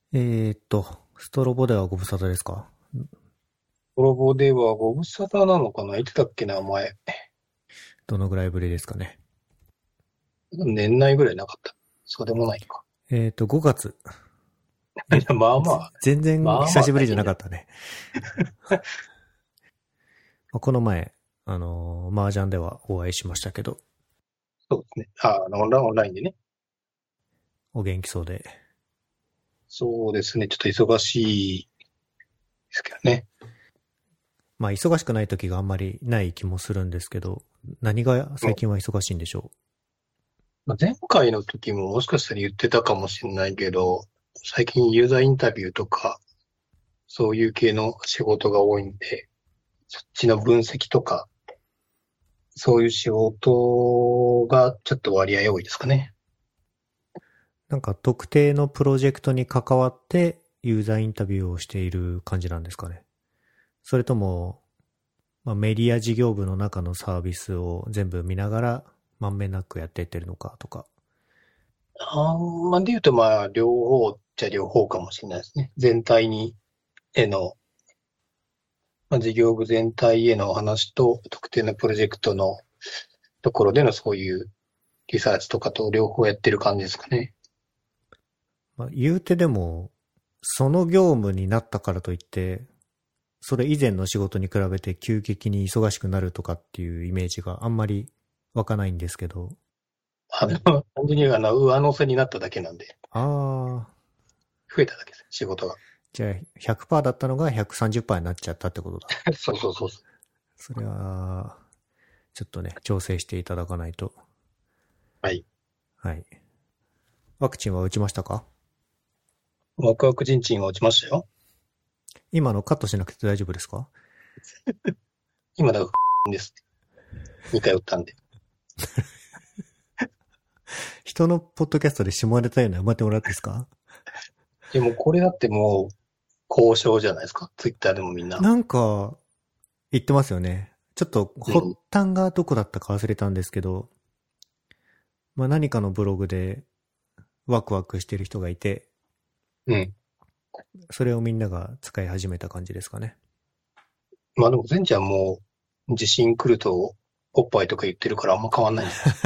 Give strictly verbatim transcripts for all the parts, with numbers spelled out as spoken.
えーっと、ストロボではご無沙汰ですか？ コラボではご無沙汰なのかな、いつだっけな、前。 どのぐらいぶりですかね。 年内ぐらいなかった。そうでもないか。 えーっと、ごがつ。え、 まあまぜあ、 全然まあまあ久しぶりじゃ最近で。 なかったね。まあこの前、あのー、麻雀ではお会いしましたけど、 そうですね。あ、あのオンライン、オンラインでね。 お元気そうで。 そうですね。ちょっと忙しいですけどね。 まあ、忙しくない時があんまりない気もするんですけど、何がうん。 最近は忙しいんでしょまあ、前回の時ももしかしたら言ってたかもしれないけど、最近ユーザーインタビューとか、そういう系の仕事が多いんで、そっちの分析とか、そういう仕事がちょっと割合多いですかね。 う？なんか特定のプロジェクトに関わってユーザーインタビューをしている感じなんですかね。それとも、まあ、メディア事業部の中のサービスを全部見ながら、まんべんなくやっていってるのかとか。 あんまで言うと、まあ、両方っちゃ両方かもしれないですね。全体に、への、まあ、事業部全体への話と、特定のプロジェクトのところでのそういうリサーチとかと両方やってる感じですかね。 まあ、言うてでも、その業務になったからといって、それ以前の仕事に比べて急激に忙しくなるとかっていうイメージがあんまり湧かないんですけど。 あの、単純にあの、上乗せになっただけなんで、 ああ、 増えただけです、仕事が。 じゃあひゃくパーセントだったのがひゃくさんじゅっパーセントになっちゃったってことだ。 そうそうそうそそれは、ちょっとね、調整していただかないと。 う。はい。 はい。ワクチンは打ちましたか？ ワクワクチンチンは落ちましたよ。 今のカットしなくて大丈夫ですか？ 今だからです。にかい打ったんで。 人のポッドキャストで下ネタ言うのやめてもらっていいですか？ でもこれだってもう、交渉じゃないですか。ツイッターでもみんな。 なんか、言ってますよね。ちょっと発うん。 端がどこだったか忘れたんですけど、まあ何かのブログでワクワクしてる人がいて、 うん。 それをみんなが使い始めた感じですかね。 まあでも、全ちゃんもう、地震来ると、おっぱいとか言ってるからあんま変わんないんじゃないですか。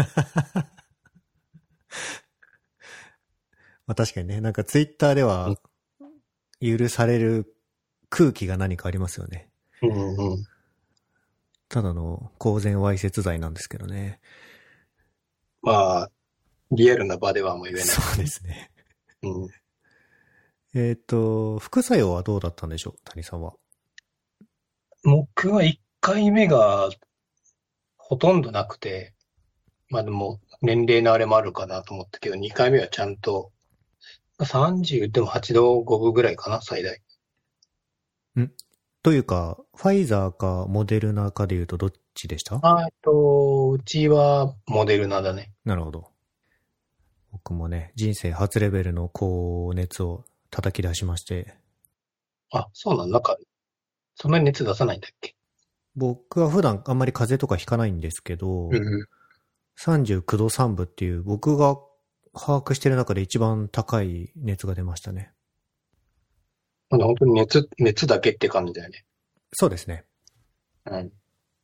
まあ確かにね、なんかツイッターでは許される空気が何かありますよね。 うん、うん。 ただの公然わいせつ罪なんですけどね。 まあ、リアルな場ではあんま言えないでそうすね。 ですね。 うん。 えっと、副作用はどうだったんでしょう、谷さんは。 僕はいっかいめがほとんどなくて、まあでも、年齢のあれもあるかなと思ったけど、にかいめはちゃんと、さんじゅうでもはちどごぶぐらいかな、最大。 んというか、ファイザーかモデルナかで言うとどっちでした？ あ、えっと、うちはモデルナだね。 なるほど。僕もね、人生初レベルの高熱を叩き出しまして、 あ、そうなんだ。なんか、そんなに熱出さないんだっけ？ 僕は普段あんまり風邪とかひかないんですけど、 うん。 さんじゅうきゅうどさんぶっていう僕が把握してる中で一番高い熱が出ましたね。 まだ本当に熱、熱だけって感じだよね。 そうですね。 うん。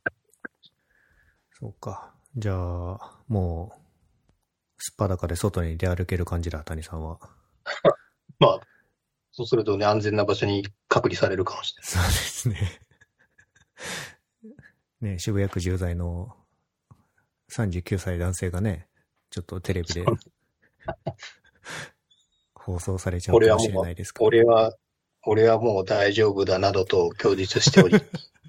そうか。じゃあ、もう、すっぱだかで外に出歩ける感じだ、谷さんは。 まあ、そうするとね、安全な場所に隔離されるかもしれない。 そうですね。ね、渋谷区重罪のさんじゅうきゅうさい男性がね、ちょっとテレビで放送されちゃうかもしれ俺はもう、 ないですから。 俺は、俺はもう大丈夫だなどと供述しており、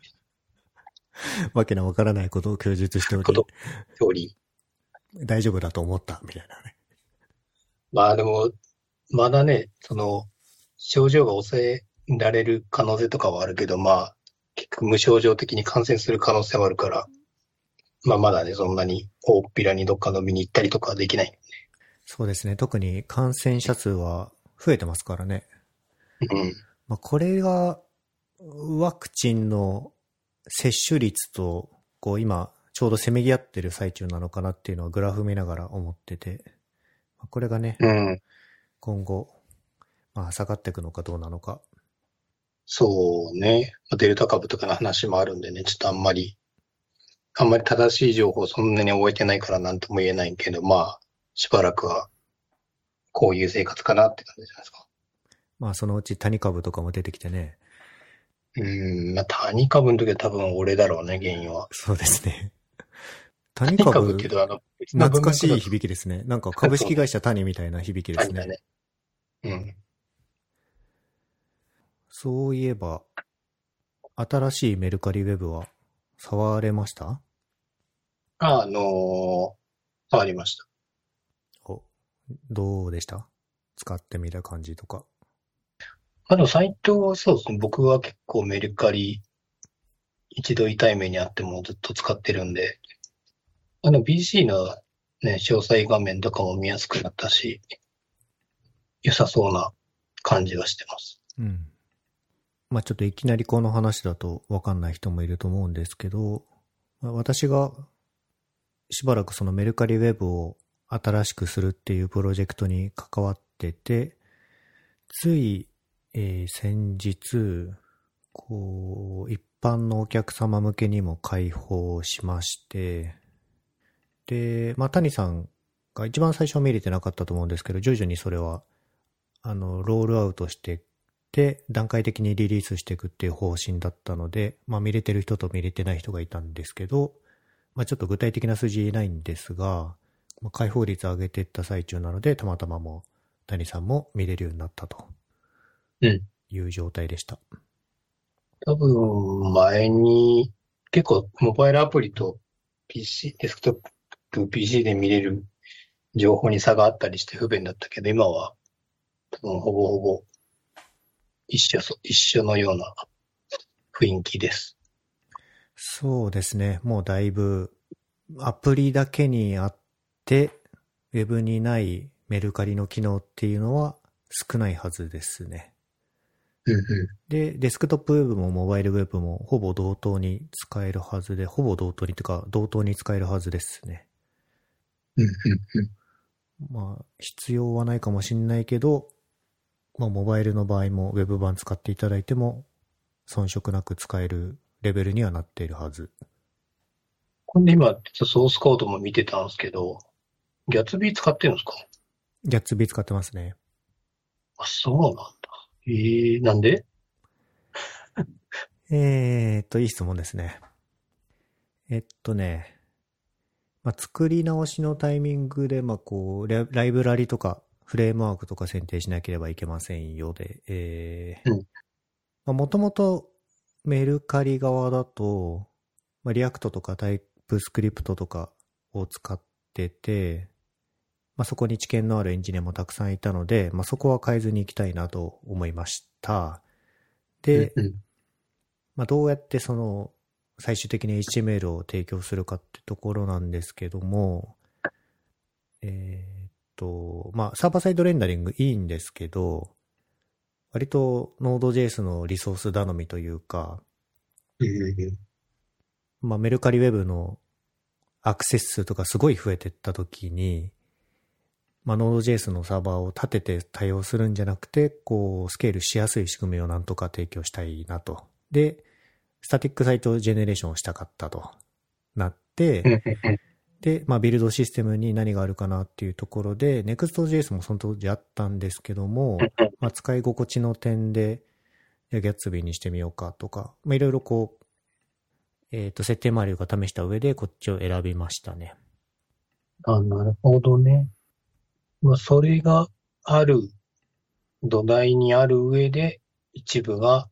わけのわからないことを供述しており、 こと、しており。 大丈夫だと思った、みたいなね。 まあでも、まだね、その、症状が抑えられる可能性とかはあるけど、まあ、結局無症状的に感染する可能性はあるから、まあまだね、そんなに大っぴらにどっか飲みに行ったりとかはできない。 そうですね。特に感染者数は増えてますからね。 うん。 まあ、これがワクチンの接種率と、こう今、ちょうどせめぎ合ってる最中なのかなっていうのはグラフ見ながら思ってて、これがね、 うん。 今後、 まあ、下がっていくのかどうなのか。 そうね。デルタ株とかの話もあるんでね、ちょっとあんまり、あんまり正しい情報そんなに覚えてないからなんとも言えないけど、まあ、しばらくはこういう生活かなって感じじゃないですか。 まあ、そのうち谷株とかも出てきてね。 うーん、まあ、谷株の時は多分俺だろうね、原因は。 そうですね。谷谷株って株、 いうと、あの、別の懐かしい文脈だと響きですね。なんか株式会社谷みたいな響きですね。 谷だね。うん。 そういえば、新しいメルカリウェブは触れました？ あ、あのー、変わりました。 お、どうでした？使ってみた感じとか。 あの、サイトはそうですね。僕は結構メルカリ一度痛い目にあってもずっと使ってるんで、あの ピーシー のね、詳細画面とかも見やすくなったし、良さそうな感じはしてます。 うん。まあちょっといきなりこの話だとわかんない人もいると思うんですけど、まあ私がしばらくそのメルカリウェブを新しくするっていうプロジェクトに関わってて、つい、えー先日、こう、一般のお客様向けにも開放しまして、で、まあ、谷さんが一番最初は見れてなかったと思うんですけど、徐々にそれは、あの、ロールアウトしてって、段階的にリリースしていくっていう方針だったので、まあ、見れてる人と見れてない人がいたんですけど、まあ、ちょっと具体的な数字言えないんですが、まあ、開放率上げていった最中なので、たまたまもう、谷さんも見れるようになったとうん。 いう状態でした。 多分、前に、結構、モバイルアプリと ピーシー、デスクトップ ピーシー で見れる情報に差があったりして不便だったけど、今は、多分、ほぼほぼ、一緒そ、一緒のような雰囲気です。 そうですね。もうだいぶアプリだけにあって、ウェブにないメルカリの機能っていうのは少ないはずですね。 うんうで、デスクトップウェブもモバイルウェブもほぼ同等に使えるはずで、ほぼ同等にというか同等に使えるはずですね。 ん。うんうんうん。 まあ、必要はないかもしれないけど、まあ、モバイルの場合もウェブ版使っていただいても遜色なく使えるレベルにはなっているはず。 これで今、ソースコードも見てたんですけど、ギャツビー使ってるんですか？ ギャッツビー使ってますね。 あ、そうなんだ。えー、なんで？ えーっと、いい質問ですね。えっとね、まあ、作り直しのタイミングで、まあ、こう、ラライブラリとかフレームワークとか選定しなければいけませんよで、えー、 うん。 まあ、もともとメルカリ側だと、まあ、リアクトとかタイプスクリプトとかを使ってて、まあ、そこに知見のあるエンジニアもたくさんいたので、まあ、そこは変えずに行きたいなと思いました。で、 うんうん。 まあ、どうやってその最終的に エイチティーエムエル を提供するかってところなんですけども、えーっと、まあ、サーバーサイドレンダリングいいんですけど、割と Node.js のリソース頼みというか、 うんうんまあ、メルカリウェブのアクセス数とかすごい増えてった時に、まあ、Node.js のサーバーを立てて対応するんじゃなくて、こう、スケールしやすい仕組みをなんとか提供したいなと。で、スタティックサイトジェネレーションをしたかったとなって、 うんうん。 で、まあ、ビルドシステムに何があるかなっていうところで、Next.js もその当時あったんですけども、まあ、使い心地の点で、ギャッツビーにしてみようかとか、まあ、いろいろこう、えっと、設定周りとか試した上でこっちを選びましたね。 あ、なるほどね。まあ、それがある、土台にある上で、一部が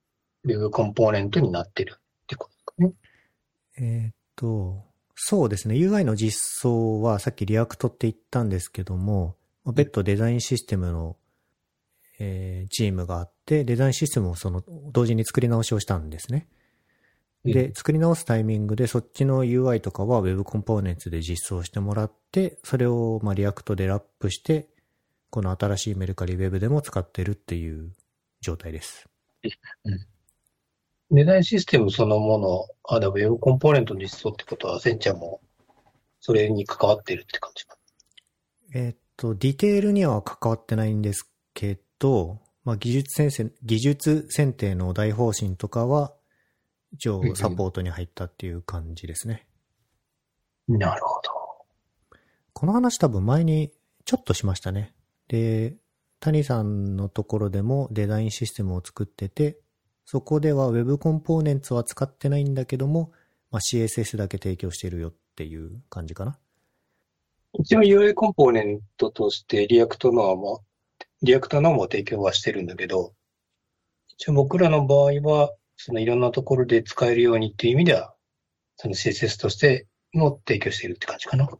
Web コンポーネントになってるってことですかね。 えっと、そうですね。ユーアイ の実装はさっきリアクトって言ったんですけども、別途デザインシステムの、えーチームがあって、デザインシステムをその同時に作り直しをしたんですね。で、作り直すタイミングでそっちの ユーアイ とかは Web コンポーネンツで実装してもらって、それをまあリアクトでラップして、この新しいメルカリ Web でも使ってるっていう状態です。 うん。デザインシステムそのもの、あ、でも Web コンポーネント実装ってことは、センチャーもそれに関わってるって感じか。 えーっと、ディテールには関わってないんですけと、まあ、技術選定、技術選定の大方針とかは、一応サポートに入ったっていう感じですね。 うんうん、なるほど。 この話多分前にちょっとしましたね。で、谷さんのところでもデザインシステムを作ってて、そこでは Web コンポーネンツは使ってないんだけども、まあ、シーエスエス だけ提供してるよっていう感じかな。 一応 ユーアイ コンポーネントとしてリアクトのはもリアクトのも提供はしてるんだけど、一応僕らの場合は、そのいろんなところで使えるようにっていう意味では、その シーエスエス としても提供しているって感じかな。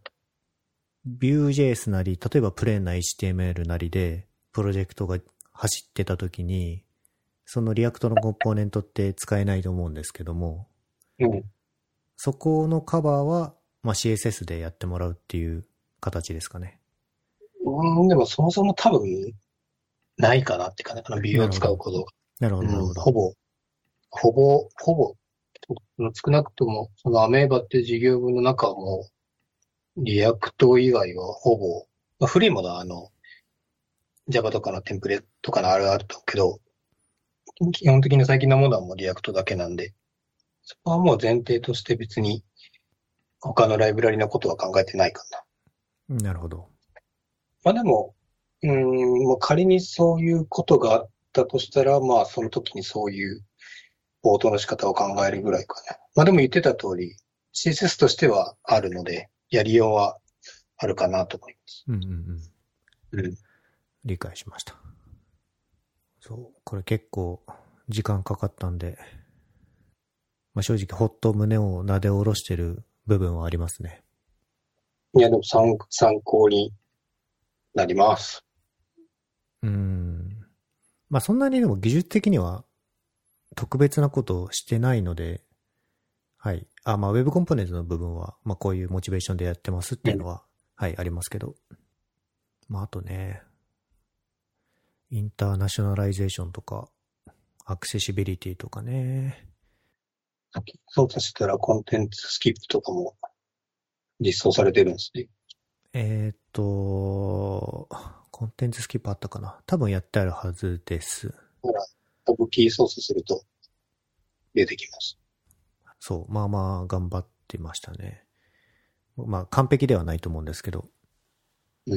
Vue.js なり、例えばプレーンな エイチティーエムエル なりで、プロジェクトが走ってた時に、そのリアクトのコンポーネントって使えないと思うんですけども、 うん。 そこのカバーは、まあ、シーエスエス でやってもらうっていう形ですかね。 うん、でもそもそも多分ないかなってかな、この Vue を使うことが。 なるほど、なるほど。 うん、ほぼ、ほぼ、ほぼ、少なくとも、そのアメーバって事業部の中も、リアクト以外はほぼ、まあ、古いものはあの、Java とかのテンプレとかのあるあるとけど、基本的に最近のものはもうリアクトだけなんで、そこはもう前提として別に他のライブラリのことは考えてないかな。 なるほど。 まあでも、うーん、まあ、仮にそういうことがあったとしたら、まあその時にそういう応答の仕方を考えるぐらいかな。まあでも言ってた通り、シーエスエス としてはあるので、やりようはあるかなと思います。 うんうんうん。うん。理解しました。そう、これ結構時間かかったんで、まあ、正直ほっと胸をなで下ろしてる部分はありますね。 いや、でも参参考になります。 うーん。まあそんなにでも技術的には特別なことをしてないので、はい。あ、まあ Web コンポーネントの部分は、まあこういうモチベーションでやってますっていうのは、うん、はい、ありますけど。まああとね、インターナショナライゼーションとか、アクセシビリティとかね。 操作したらコンテンツスキップとかも実装されてるんですね。 えーっと、コンテンツスキップあったかな？多分やってあるはずです。 ほら、タブキー操作すると出てきます。 そう、まあまあ頑張ってましたね。まあ完璧ではないと思うんですけど。 うん。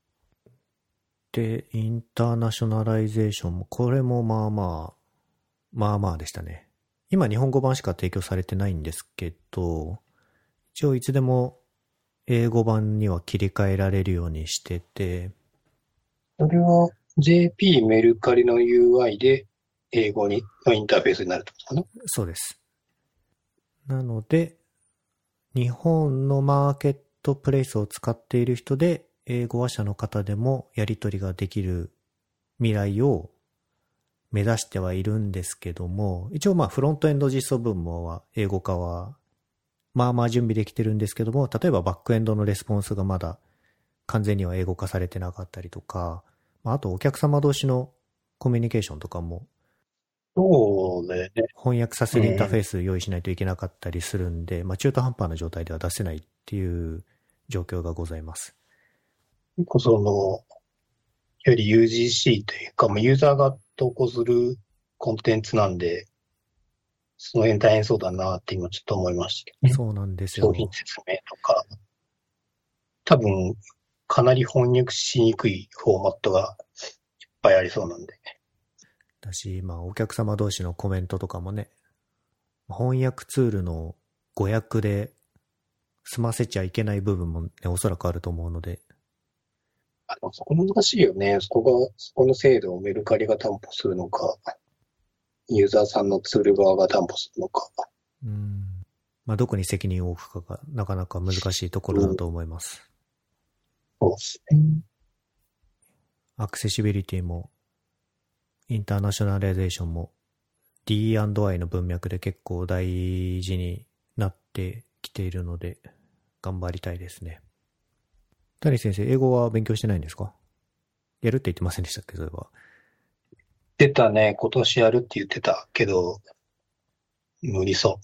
で、インターナショナライゼーションも、これもまあまあ、まあまあでしたね。今日本語版しか提供されてないんですけど、一応いつでも英語版には切り替えられるようにしてて。 それは ジェーピー メルカリの ユーアイ で英語にのインターフェースになるってことかな？ そうです。なので、日本のマーケットプレイスを使っている人で、英語話者の方でもやり取りができる未来を目指してはいるんですけども、一応まあフロントエンド実装文もは英語化はまあまあ準備できてるんですけども、例えばバックエンドのレスポンスがまだ完全には英語化されてなかったりとか、あとお客様同士のコミュニケーションとかもそうね。 翻訳させるインターフェース用意しないといけなかったりするんで、まあ中途半端な状態では出せないっていう状況がございます。 結構その、より ユージーシー というか、ユーザーが投稿するコンテンツなんで、その辺大変そうだなって今ちょっと思いましたけどね。 そうなんですよ。 商品説明とか、多分かなり翻訳しにくいフォーマットがいっぱいありそうなんで。 だし、まあお客様同士のコメントとかもね、翻訳ツールの語訳で済ませちゃいけない部分もね、おそらくあると思うので。 あの、そこ難しいよね。そこが、そこの制度をメルカリが担保するのか、ユーザーさんのツール側が担保するのか。 うん。まあどこに責任を置くかがなかなか難しいところだと思います。 うん、そうですね。 アクセシビリティも、インターナショナライゼーションも ディーアンドアイ の文脈で結構大事になってきているので頑張りたいですね。谷先生、英語は勉強してないんですか？やるって言ってませんでしたっけ、それは。 出たね、今年やるって言ってたけど、無理そう。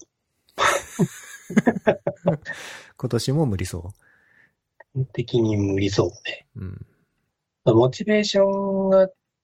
今年も無理そう。 基本的に無理そうね。 うん。 モチベーションが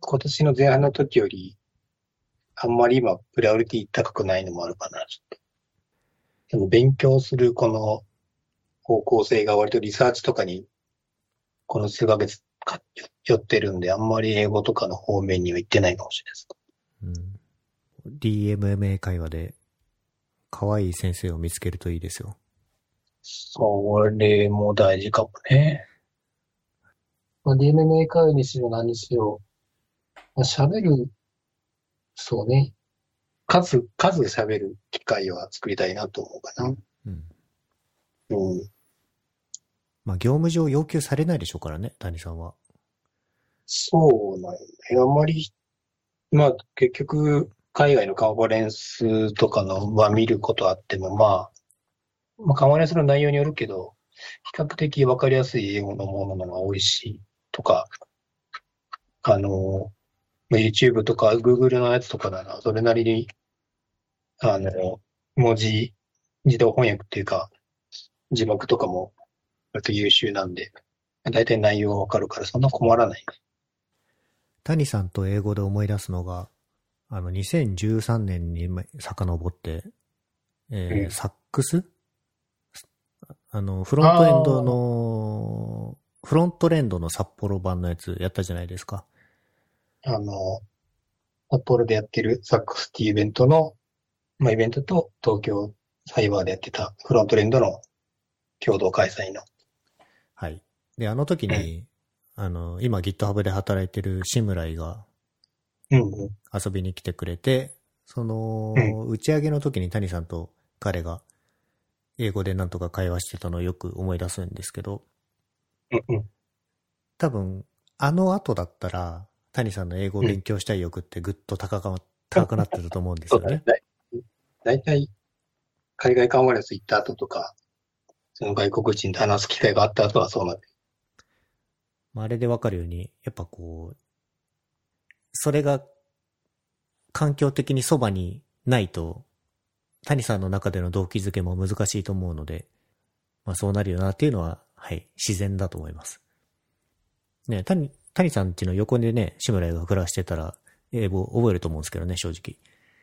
今年の前半の時より、あんまり今、プライオリティ高くないのもあるかな、ちょっと。でも勉強するこの方向性が割とリサーチとかに、この数ヶ月か寄ってるんで、あんまり英語とかの方面には行ってないかもしれないです。 うん。ディーエムエムエー 会話で、可愛い先生を見つけるといいですよ。 それも大事かもね。まあ、ディーエムエムエー 会話にしろ何にしろ、まあ、喋る、そうね。数、数喋る機会は作りたいなと思うかな。 うん。 うん。 まあ、業務上要求されないでしょうからね、谷さんは。 そうなんよね。あんまり、まあ結局、海外のカンファレンスとかのは見ることあっても、まあ、まあ、カンファレンスの内容によるけど、比較的わかりやすい英語のものが多いし、とか、あの、まあ YouTube とか Google のやつとかなら、それなりに、あの、文字、自動翻訳っていうか、字幕とかも割と優秀なんで、だいたい内容がわかるからそんな困らない。 谷さんと英語で思い出すのが、あの、にせんじゅうさんねんに遡って、えーうん、 サックスあの、フロントエンドの、フロントレンドの札幌版のやつやったじゃないですか。 あの、札幌でやってるサックスっていうイベントの、まあ、イベントと東京サイバーでやってたフロントレンドの共同開催の。 はい。で、あの時に、うん、あの、今 GitHub で働いてるシムライがうんうん、 遊びに来てくれて、その、うん、打ち上げの時に谷さんと彼が英語でなんとか会話してたのをよく思い出すんですけど、 うんうん、 多分、あの後だったら、谷さんの英語を勉強したい欲ってぐっと高か、高くなってたと思うんですよね。 だ, だいたい海外カンファレンス行った後とか、その外国人と話す機会があった後はそうなる。 あれでわかるように、やっぱこう、それが環境的にそばにないと、谷さんの中での動機づけも難しいと思うので、まあそうなるよなっていうのは、はい、自然だと思います。ね、谷、谷さんちの横でね、志村が暮らしてたら、英語覚えると思うんですけどね、正直。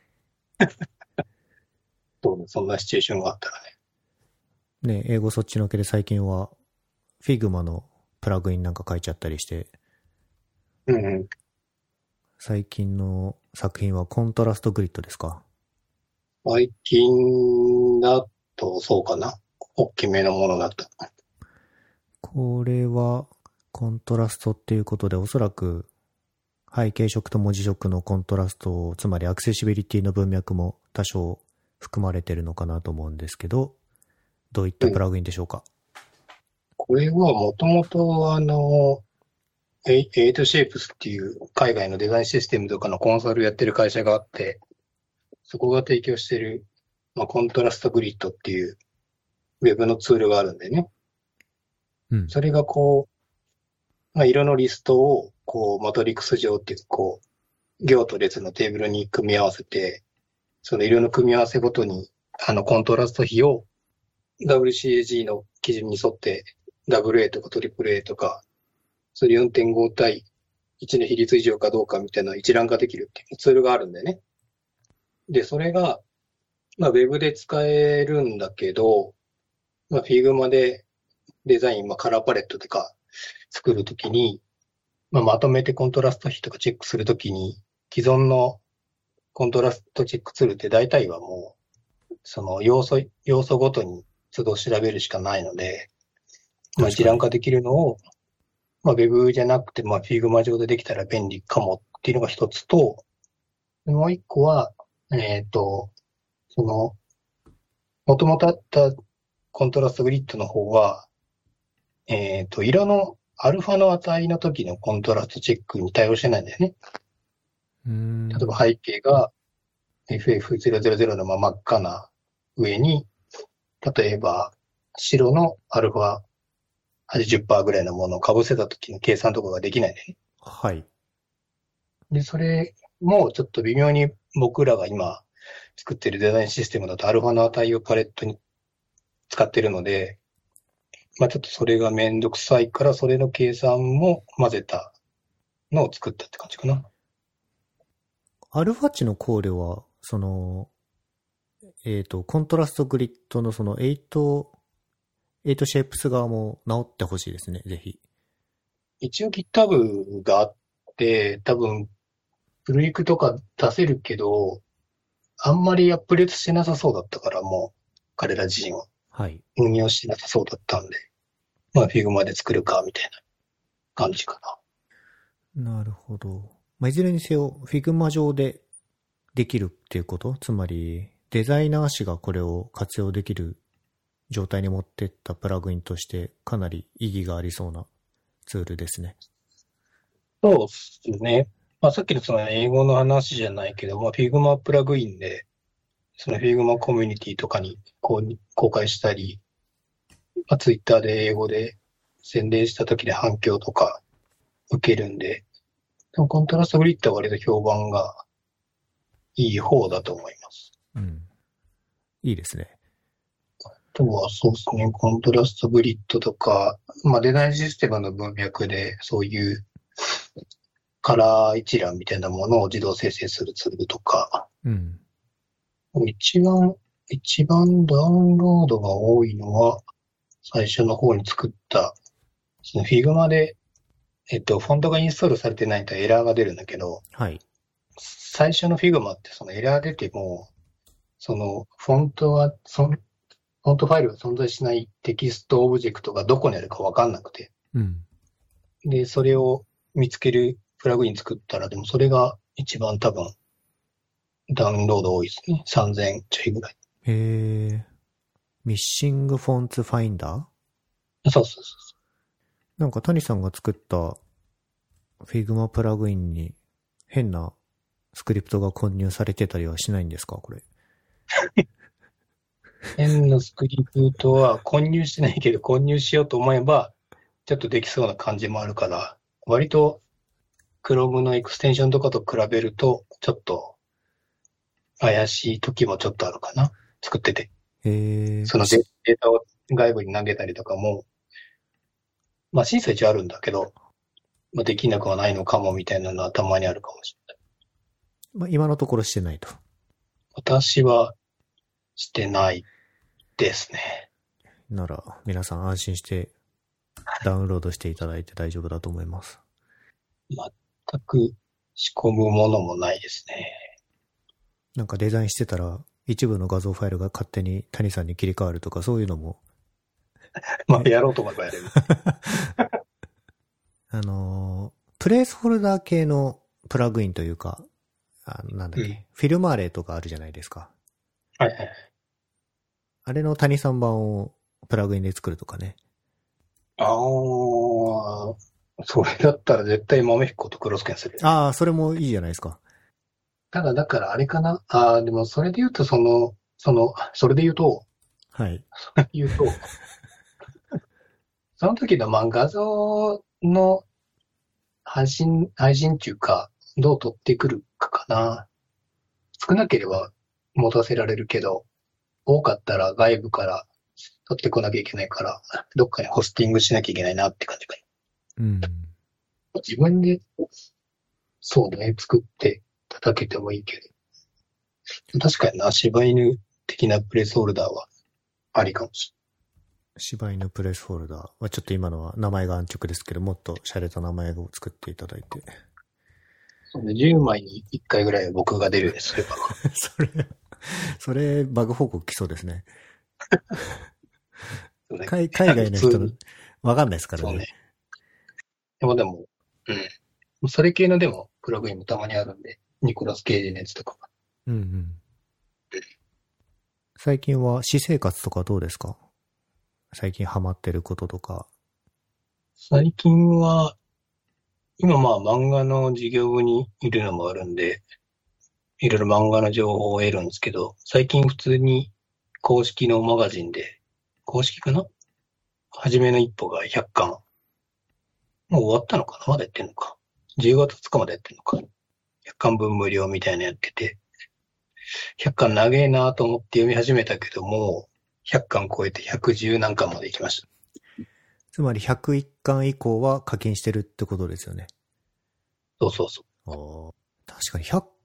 そうね、そんなシチュエーションがあったらね。ね、英語そっちのけで最近は、Figma のプラグインなんか書いちゃったりして、 うんうん。 最近の作品はコントラストグリッドですか？ 最近だとそうかな。大きめのものだった。 これはコントラストっていうことで、おそらく背景色と文字色のコントラスト、つまりアクセシビリティの文脈も多少含まれてるのかなと思うんですけど、どういったプラグインでしょうか？ うん、これはもともとあの、エイトシェイプスっていう海外のデザインシステムとかのコンサルやってる会社があって、そこが提供している、まあ、コントラストグリッドっていうウェブのツールがあるんでね。 うん。 それがこう、まあ、色のリストをこうマトリックス上っていうこう、行と列のテーブルに組み合わせて、その色の組み合わせごとにあのコントラスト比を ダブリューシーエージー の基準に沿って ダブリューエー とか トリプルエー とか、それ よんてんご 対いちの比率以上かどうかみたいな一覧化できるっていうツールがあるんだよね。で、それが、まあ、ウェブで使えるんだけど、まあ、Figma でデザイン、まあ、カラーパレットとか作るときに、まあ、まとめてコントラスト比とかチェックするときに、既存のコントラストチェックツールって大体はもう、その要素、要素ごとに都度調べるしかないので、まあ、一覧化できるのを、まあ、Web じゃなくて、まあ、Figma 上でできたら便利かもっていうのが一つと、もう一個は、えっと、その、もともとあったコントラストグリッドの方は、えっと、色のアルファの値の時のコントラストチェックに対応してないんだよね。 うーん。 例えば背景が エフエフゼロゼロゼロ のまま真っ赤な上に、例えば白のアルファはちじゅっパーセント ぐらいのものを被せた時の計算とかができないんだよね。 はい。 で、それもちょっと微妙に僕らが今作ってるデザインシステムだとアルファの値をパレットに使ってるので、まあちょっとそれがめんどくさいから、それの計算も混ぜたのを作ったって感じかな。 アルファ値の考慮は、その、えっと、コントラストグリッドのそのエイト、エイトシェイプス側も直ってほしいですね、ぜひ。 一応 GitHub があって、多分、プルリクとか出せるけど、あんまりアップデートしてなさそうだったから、もう、彼ら自身は。 はい。 運用してなさそうだったんで、まあ、Figma で作るか、みたいな感じかな。なるほど。まあ、いずれにせよ、Figma 上でできるっていうこと？つまり、デザイナー誌がこれを活用できる状態に持っていったプラグインとして、かなり意義がありそうなツールですね。 な。そうですね。まあ、さっきのその英語の話じゃないけど、まあ、Figma プラグインで、その Figma コミュニティとかにこう公開したり、まあ、Twitter で英語で宣伝した時で反響とか受けるんで、でもコントラストグリッドは割と評判がいい方だと思います。 うん。いいですね。 あとはそうですね、コントラストグリッドとか、まあ、デザインシステムの文脈でそういうカラー一覧みたいなものを自動生成するツールとか、 うん。 一番、一番ダウンロードが多いのは、最初の方に作った、その Figma で、えっと、フォントがインストールされてないとエラーが出るんだけど、 はい。 最初の Figma ってそのエラー出ても、そのフォントは、そのフォントファイルが存在しないテキストオブジェクトがどこにあるかわかんなくて、 うん。 で、それを見つけるプラグイン作ったら、でもそれが一番多分ダウンロード多いですね。さんぜんちょいぐらい。 へえ。ミッシングフォンツファインダー？ そうそうそう。 なんか谷さんが作った Figma プラグインに変なスクリプトが混入されてたりはしないんですか、これ。 変なスクリプトは混入してないけど、混入しようと思えば、ちょっとできそうな感じもあるから、割と Chrome のエクステンションとかと比べると、ちょっと怪しい時もちょっとあるかな。作ってて。 へえ。 そのデデータを外部に投げたりとかも、まあ審査一応あるんだけど、まあ、できなくはないのかもみたいなのはたまにあるかもしれない。 まあ、今のところしてないと。 私はしてないですね。 なら、皆さん安心してダウンロードしていただいて大丈夫だと思います。 全く仕込むものもないですね。 なんかデザインしてたら、一部の画像ファイルが勝手に谷さんに切り替わるとか、そういうのも。 まあ、やろうと思えばやれる。 あの、プレイスホルダー系のプラグインというか、あなんだっけ、うん、フィルマーレとかあるじゃないですか。 はいはい。 あれの谷さん版をプラグインで作るとかね。 ああ、それだったら絶対豆彦とクロスケンする。 ああ、それもいいじゃないですか。 ただ、だからあれかな。ああ、でもそれで言うと、その、その、それで言うと、 はい。 それで言うと、その時のまあ画像の配信、配信中か、どう取ってくるかかな。少なければ持たせられるけど、多かったら外部から取ってこなきゃいけないから、どっかにホスティングしなきゃいけないなって感じかな。うん。 自分で、そうね、作って叩けてもいいけど。確かにな、柴犬的なプレスホルダーはありかもしれない。 柴犬プレスホルダーはちょっと今のは名前が安直ですけど、もっと洒落た名前を作っていただいて。 そうね、じゅうまいにいっかいぐらいは僕が出るようにすれば。 それ、それバグ報告来そうですね。ね海, 海外の人のわかんないですからね。そうね。 でもでも、うん。それ系のでもプラグインもたまにあるんで、ニコラス・ケイジのやつとか。 うんうん。最近は私生活とかどうですか？最近ハマってることとか。 最近は、今まあ漫画の授業部にいるのもあるんで、いろいろ漫画の情報を得るんですけど、最近普通に公式のマガジンで、公式かな？はじめの一歩がひゃっかん。もう終わったのかな？まだやってんのか。じゅうがつつかまでやってんのか。ひゃっかんぶん無料みたいなやってて、ひゃっかん長えなと思って読み始めたけども、ひゃっかん超えてひゃくじゅうなんかんまで行きました。 つまりひゃくいっかん以降は課金してるってことですよね。 そうそうそう。あ、確かにひゃっ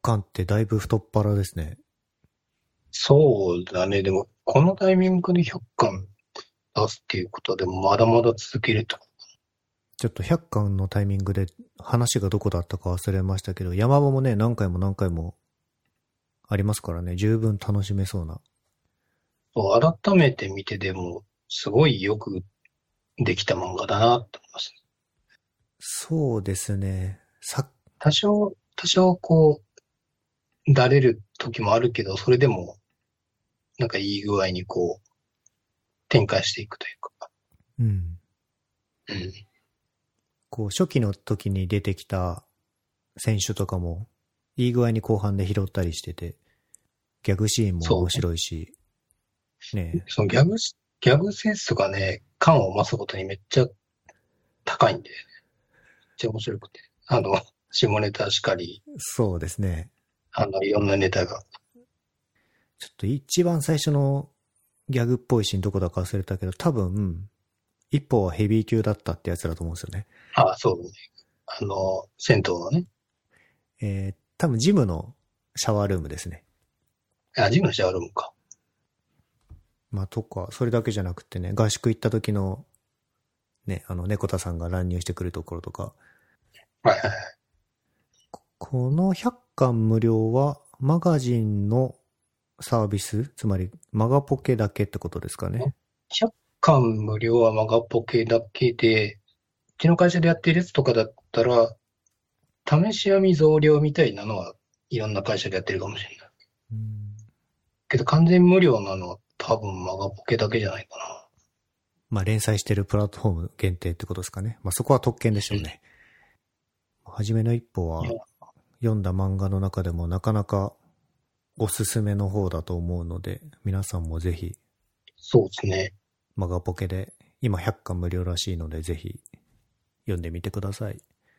巻ってだいぶ太っ腹ですね。 そうだね。でも、このタイミングでひゃっかん出すっていうことは、でもまだまだ続けると。 ちょっとひゃっかんのタイミングで話がどこだったか忘れましたけど、山場もね、何回も何回もありますからね、十分楽しめそうな。 そう改めて見てでも、すごいよくできた漫画だなって思いますね。 そうですね。さ、 多少、多少こう、だれる時もあるけど、それでも、なんかいい具合にこう、展開していくというか。 うん。 うん。 こう、初期の時に出てきた選手とかも、いい具合に後半で拾ったりしてて、ギャグシーンも面白いし、ね。 そのギャグ、ギャグセンスとかね、感を増すことにめっちゃ高いんで、めっちゃ面白くて。あの、下ネタしかり、 そうですね。 あの、いろんなネタが。 ちょっと一番最初のギャグっぽいシーンどこだか忘れたけど、多分、一歩はヘビー級だったってやつだと思うんですよね。 ああ、そうね。あの、銭湯のね。 えー、多分ジムのシャワールームですね。 あ、ジムのシャワールームか。 まあ、とか、それだけじゃなくてね、合宿行った時の、ね、あの、猫田さんが乱入してくるところとか。 はいはいはい。 このひゃっかん無料は、マガジンのサービス、つまり、マガポケだけってことですかね。 ひゃっかん無料はマガポケだけで、うちの会社でやってるやつとかだったら、試し読み増量みたいなのはいろんな会社でやってるかもしれない。 うん、 けど完全無料なのは多分マガポケだけじゃないかな。 まあ、連載してるプラットフォーム限定ってことですかね。まあ、そこは特権でしょうね。はじめの一歩は、読んだ漫画の中でもなかなかおすすめの方だと思うので、皆さんもぜひ、 そうですね。 マガポケで、今ひゃっかん無料らしいので、ぜひ読んでみてください。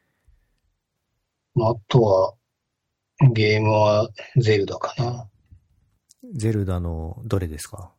まあ、あとは、ゲームはゼルダかな。 ゼルダのどれですか？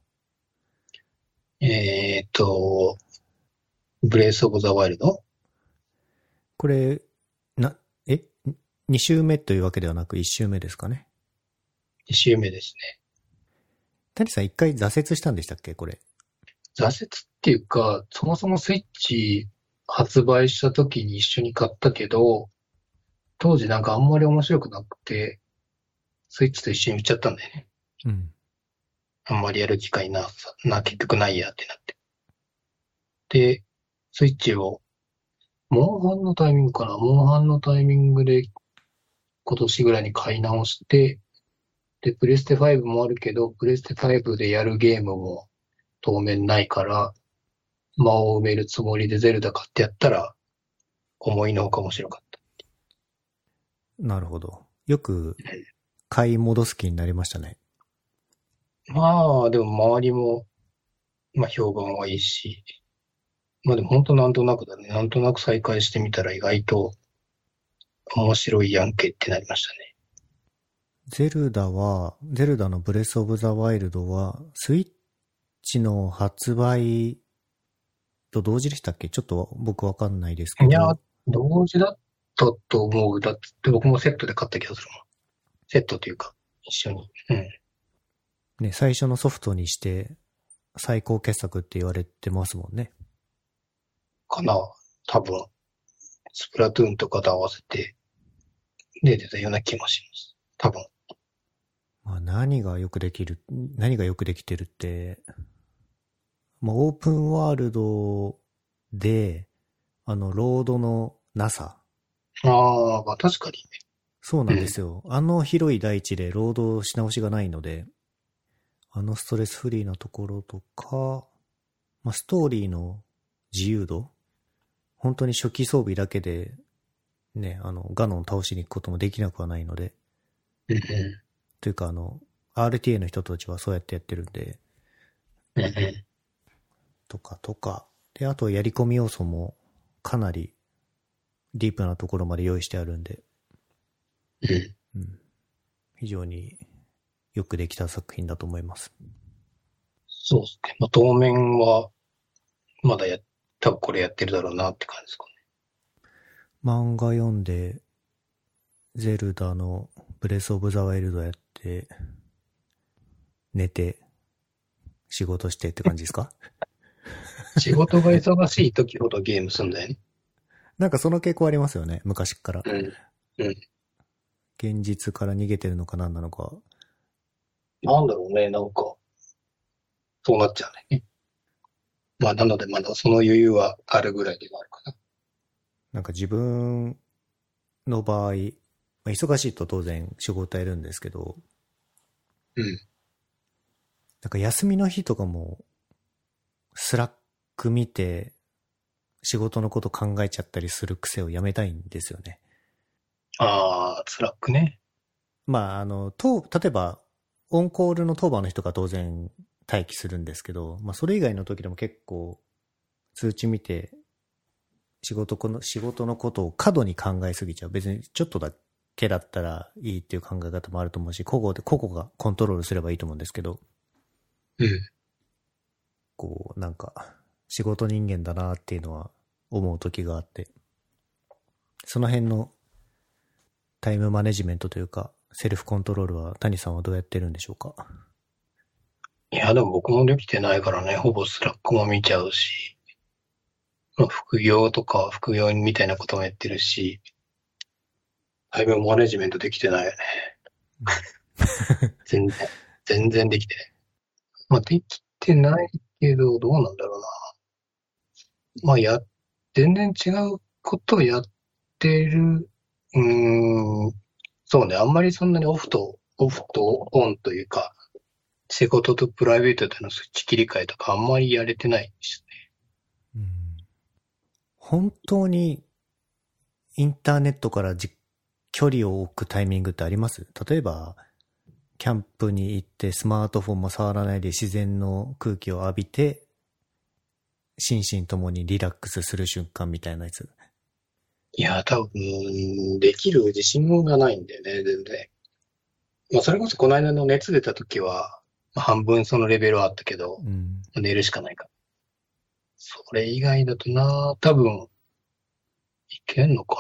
えーっと、ブレイスオブザワイルドこれ、な、え ?に 週目というわけではなくいち週目ですかね。 いち周目ですね。 谷さん一回挫折したんでしたっけこれ。 挫折っていうか、そもそもスイッチ発売した時に一緒に買ったけど、当時なんかあんまり面白くなくて、スイッチと一緒に売っちゃったんだよね。 うん。 あんまりやる機会な、な、結局ないやってなって。で、スイッチを、モンハンのタイミングかなモンハンのタイミングで今年ぐらいに買い直して、で、プレステファイブもあるけど、プレステファイブでやるゲームも当面ないから、間を埋めるつもりでゼルダ買ってやったら、思いのほか面白かった。 なるほど。よく買い戻す気になりましたね。 まあ、でも周りも、まあ評判はいいし、まあでも本当なんとなくだね。なんとなく再開してみたら意外と面白いやんけってなりましたね。 ゼルダは、ゼルダのブレスオブザワイルドは、スイッチの発売と同時でしたっけ？ちょっと僕わかんないですけど。 いや、同時だったと思う。だって僕もセットで買った気がするもん。セットというか、一緒に。うん。 ね、最初のソフトにして最高傑作って言われてますもんね。 かな。多分、スプラトゥーンとかと合わせて出てたような気もします。多分。 まあ、何がよくできる、何がよくできてるって、まあ、オープンワールドで、あの、ロードのなさ。 ああ、まあ確かにね。 そうなんですよ。うん、あの広い大地でロードし直しがないので、あのストレスフリーなところとか、まあ、ストーリーの自由度、本当に初期装備だけで、ね、あの、ガノン倒しに行くこともできなくはないので、 うんうん、 というかあの、アールティーエー の人たちはそうやってやってるんで、 うんうん、 とかとか、で、あとやり込み要素もかなりディープなところまで用意してあるんで、 うんうん、非常によくできた作品だと思います。 そうですね。まあ、当面は、まだや、多分これやってるだろうなって感じですかね。 漫画読んで、ゼルダのブレスオブザワイルドやって、寝て、仕事してって感じですか？ 仕事が忙しい時ほどゲームするんだよね。 なんかその傾向ありますよね、昔から。 うん。うん。 現実から逃げてるのか何なのか。 なんだろうね、なんか、そうなっちゃうね。まあ、なのでまだその余裕はあるぐらいではあるかな。 なんか自分の場合、まあ、忙しいと当然仕事やるんですけど、 うん。 なんか休みの日とかも、スラック見て、仕事のこと考えちゃったりする癖をやめたいんですよね。 ああ、スラックね。 まあ、あの、と、例えば、オンコールの当番の人が当然待機するんですけど、まあ、それ以外の時でも結構、通知見て、仕事この、仕事のことを過度に考えすぎちゃう。別にちょっとだけだったらいいっていう考え方もあると思うし、個々で、個々がコントロールすればいいと思うんですけど、 うん。 こう、なんか、仕事人間だなっていうのは思う時があって、その辺のタイムマネジメントというか、セルフコントロールは谷さんはどうやってるんでしょうか？ いや、でも僕もできてないからね、ほぼスラックも見ちゃうし、まあ、副業とか副業みたいなこともやってるし、タイムマネジメントできてないよね。全然、全然できてない。まあ、できてないけど、どうなんだろうな。まあ、や、全然違うことをやってる。うーん、そうね、あんまりそんなにオフと、オフとオンというか、仕事とプライベートでのスイッチ切り替えとかあんまりやれてないですうん、本当にインターネットからじ距離を置くタイミングってあります？例えば、キャンプに行ってスマートフォンも触らないで自然の空気を浴びて、心身ともにリラックスする瞬間みたいなやつ。 いや、多分、できる自信がないんだよね、全然。まあ、それこそこの間の熱出た時は、まあ、半分そのレベルはあったけど、 うん。 寝るしかないから。それ以外だとな、多分、いけんのか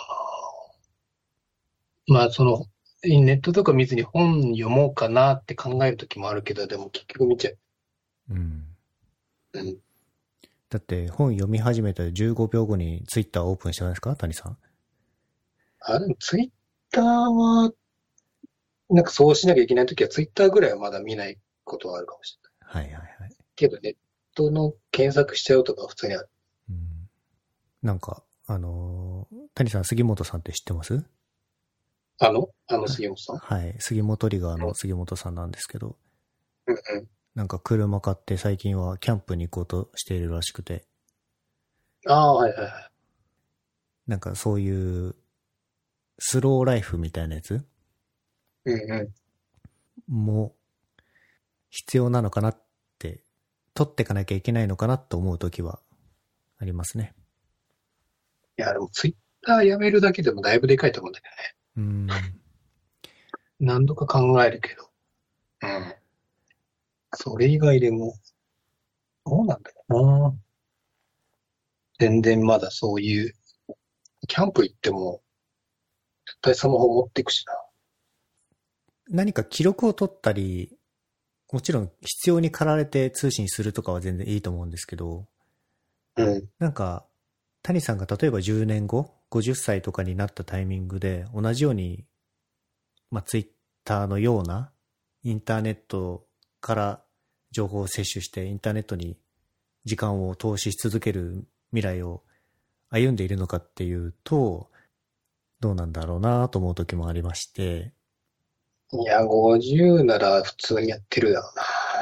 な。まあ、その、ネットとか見ずに本読もうかなって考える時もあるけど、でも結局見ちゃう。 うん。 うん。 だって本読み始めたらじゅうごびょうごにツイッターオープンしてないですか、谷さん？ あ、でもツイッターは、なんかそうしなきゃいけない時はツイッターぐらいはまだ見ないことはあるかもしれない。 はいはいはい。 けどネットの検索しちゃうとかは普通にある。 うん、なんか、あのー谷さん、杉本さんって知ってます？ あのあのはい。 杉本さん。 はい。杉本リガーうん、 の杉本さんなんですけど、 うん、うん。 なんか車買って最近はキャンプに行こうとしているらしくて、 ああ、はいはいはい。 なんかそういうスローライフみたいなやつうんうん。 も必要なのかなって、取っていかなきゃいけないのかなと思うときはありますね。 いや、でもツイッターやめるだけでもだいぶでかいと思うんだけうーん。 どね。何度か考えるけど。うん。それ以外でも、どうなんだろうな。全然まだそういう、キャンプ行っても、絶対スマホ持っていくし何か記録を取ったり、もちろん必要に駆られて通信するとかは全然いいと思うんですけど、 な。うん。 なんか、谷さんが例えばじゅうねんご、ごじゅっさいとかになったタイミングで、同じように、まあ、ツイッターのような、インターネットから情報を摂取して、インターネットに時間を投資し続ける未来を歩んでいるのかっていうと、どうなんだろうなと思う時もありまして、 いや、ごじゅうなら普通にやってるだろ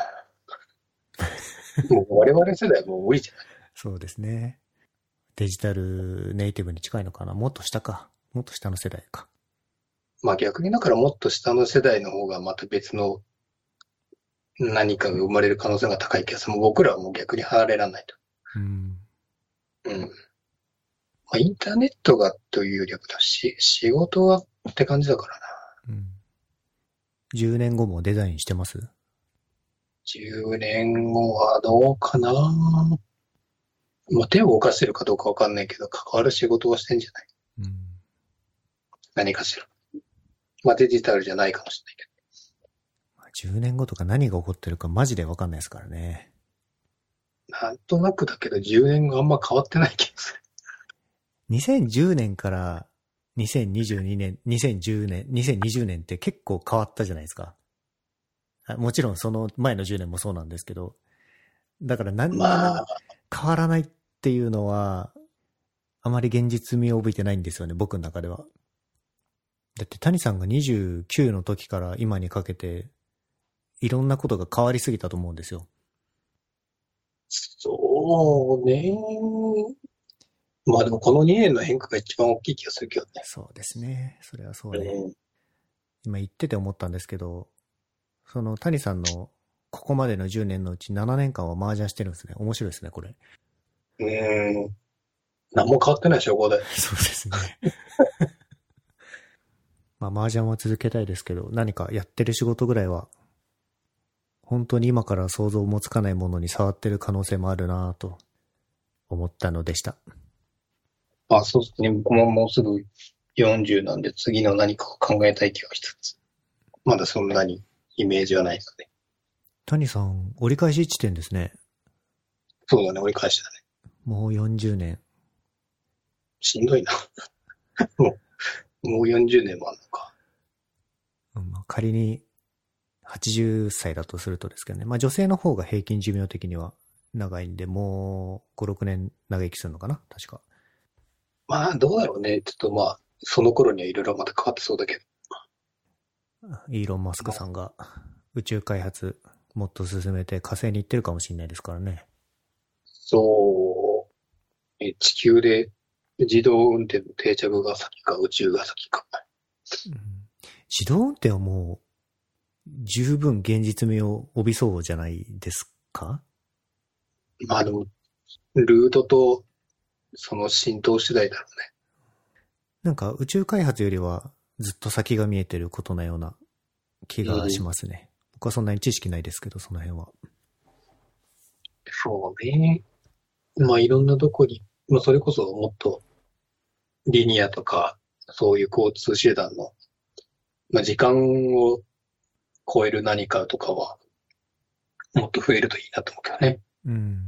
うな。もう我々世代はもう無理じゃない。 そうですね。デジタルネイティブに近いのかな、もっと下か。もっと下の世代か。 まあ逆にだからもっと下の世代の方がまた別の何かが生まれる可能性が高い気がする。もう僕らはもう逆に離れられないと。 うん。 うん。まあインターネットがというよりはし、仕事がって感じだからな。 うん。じゅうねんごもデザインしてます？ じゅうねんごはどうかな。まあ手を動かしてるかどうかわかんないけど、関わる仕事をしてんじゃない？ うん。 何かしら。 まあデジタルじゃないかもしれないけまあじゅうねんごとか何が起こってるかマジでわかんないですからね。 ど。なんとなくだけどじゅうねんがあんま変わってない気がする。 にせんじゅうねんからにせんにじゅうにねん、にせんじゅうねん、にせんにじゅうねんって結構変わったじゃないですか。もちろんその前のじゅうねんもそうなんですけど、だから何にもまあ、 変わらないっていうのは、あまり現実味を帯びてないんですよね、僕の中では。だって谷さんがにじゅうきゅうの時から今にかけて、いろんなことが変わりすぎたと思うんですよ。 そうね。まあでもこのにねんの変化が一番大きい気がするけどね。 そうですね。それはそうね。 うん、 今言ってて思ったんですけど、その谷さんのここまでのじゅうねんのうちななねんかんは麻雀してるんですね。面白いですね、これ。 うん。何も変わってない証拠だよ。 そうですね。まあ麻雀は続けたいですけど、何かやってる仕事ぐらいは、本当に今から想像もつかないものに触ってる可能性もあるなぁと思ったのでした。 まあそうですね。僕ももうすぐよんじゅうなんで次の何かを考えたい気がしつつ、まだそんなにイメージはないので。 谷さん、折り返し地点ですね。 そうだね、折り返しだね。 もうよんじゅうねん。 しんどいな。もう、もうよんじゅうねんもあるのか。 うんまあ、仮にはちじゅっさいだとするとですけどね。まあ女性の方が平均寿命的には長いんで、もうご、ろくねん長生きするのかな確か。 まあどうだろうね。ちょっとまあ、その頃にはいろいろまた変わってそうだけど。 イーロン・マスクさんが宇宙開発もっと進めて火星に行ってるかもしれないですからね。 そう、え地球で自動運転の定着が先か宇宙が先か。 うん、自動運転はもう十分現実味を帯びそうじゃないですか？ まあでも、ルートとその浸透次第だろうね。 なんか宇宙開発よりはずっと先が見えてることなような気がしますね。うん、僕はそんなに知識ないですけど、その辺は。 そうね。まあいろんなとこに、まあそれこそもっとリニアとか、そういう交通手段の、まあ時間を超える何かとかは、もっと増えるといいなと思うけどね。 うん。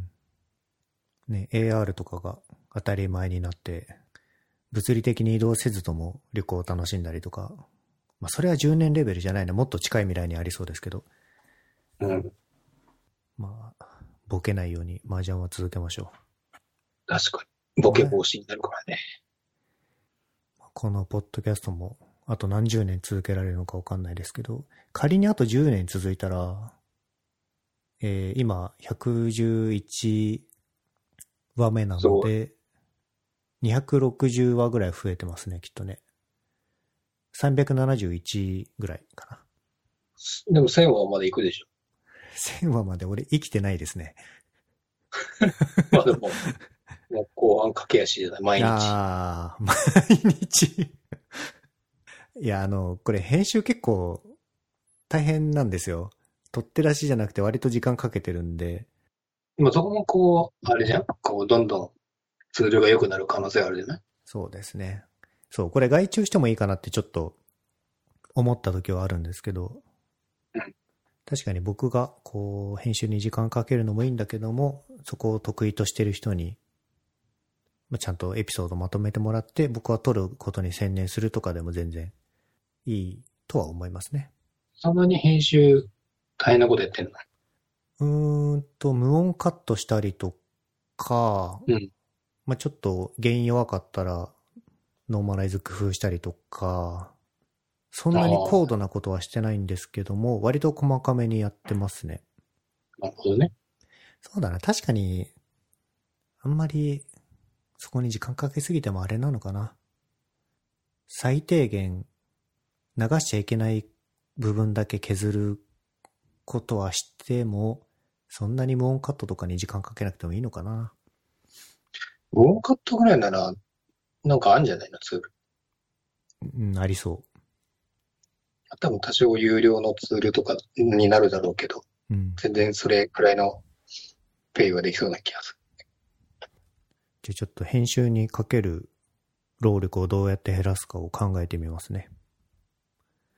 ね、エーアール とかが当たり前になって、物理的に移動せずとも旅行を楽しんだりとか、まあそれはじゅうねんレベルじゃないな、もっと近い未来にありそうですけど。 うん。 まあ、ボケないように麻雀は続けましょ確かに。ボケ防止になるからね。 う。このポッドキャストもあと何十年続けられるのかわかんないですけど、仮にあとじゅうねん続いたら、えー、今ひゃくじゅういちわめなので、にひゃくろくじゅうわぐらい増えてますね、きっとね。さんびゃくななじゅういちぐらいかな。 でもせんわまで行くでしょ。 せんわまで俺生きてないですね。 まあでも、もう後半駆け足じゃない、毎日。 ああ、毎日。いや、あの、これ編集結構大変なんですよ。取って出しじゃなくて割と時間かけてるんで。 まあそこもこう、あれじゃんこう、どんどんツールが良くなる可能性あるじゃない？ そうですね。そう、これ外注してもいいかなってちょっと思った時はあるんですけど、 うん、 確かに僕がこう編集に時間かけるのもいいんだけども、そこを得意としてる人に、まあ、ちゃんとエピソードまとめてもらって僕は撮ることに専念するとかでも全然いいとは思いますね。 そんなに編集大変なことやってんの？ うーんと、無音カットしたりとか、 うん。 まあ、ちょっと原因弱かったらノーマライズ工夫したりとか、そんなに高度なことはしてないんですけども、割と細かめにやってますね。 なるほどね。 そうだな、確かに、あんまりそこに時間かけすぎてもあれなのかな。最低限流しちゃいけない部分だけ削ることはしても、そんなに無音カットとかに時間かけなくてもいいのかな。 無音カットぐらいなら、なんかあるんじゃないのツール。 うん、ありそ多分多少有料のツールとかになるだろうけど、 う。うん。 全然それくらいのペイはできそうな気がする。 じゃあちょっと編集にかける労力をどうやって減らすかを考えてみますね。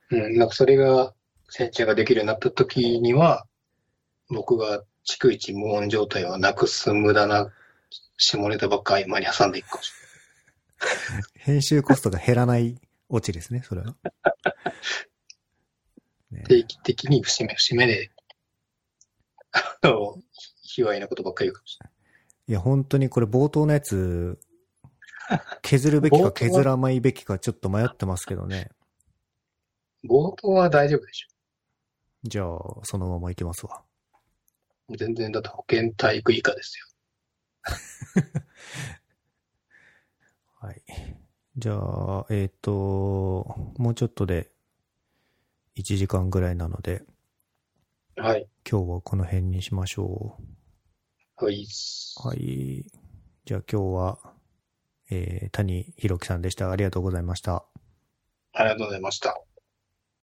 うん、なんかそれが、センチャーができるようになった時には、僕が逐一無音状態をなくす無駄な下ネタばっかり間に挟んでいくかもし編集コストが減らないオチですね、それは。ね、 れない。定期的に節目節目で、あの、卑猥なことばっかり言うかもしれない。 いや、本当にこれ冒頭のやつ、削るべきか削らないべきかちょっと迷ってますけどね。 冒頭は大丈夫でしょ。 じゃあ、そのままいきますわ。 全然だと保健体育以下ですよ。 はい。じゃあ、えっと、もうちょっとでいちじかんぐらいなので、 はい。 今日はこの辺にしましょはい。 う。はい。じゃあ今日は、えー、谷弘樹さんでした。ありがとうございました。 ありがとうございました。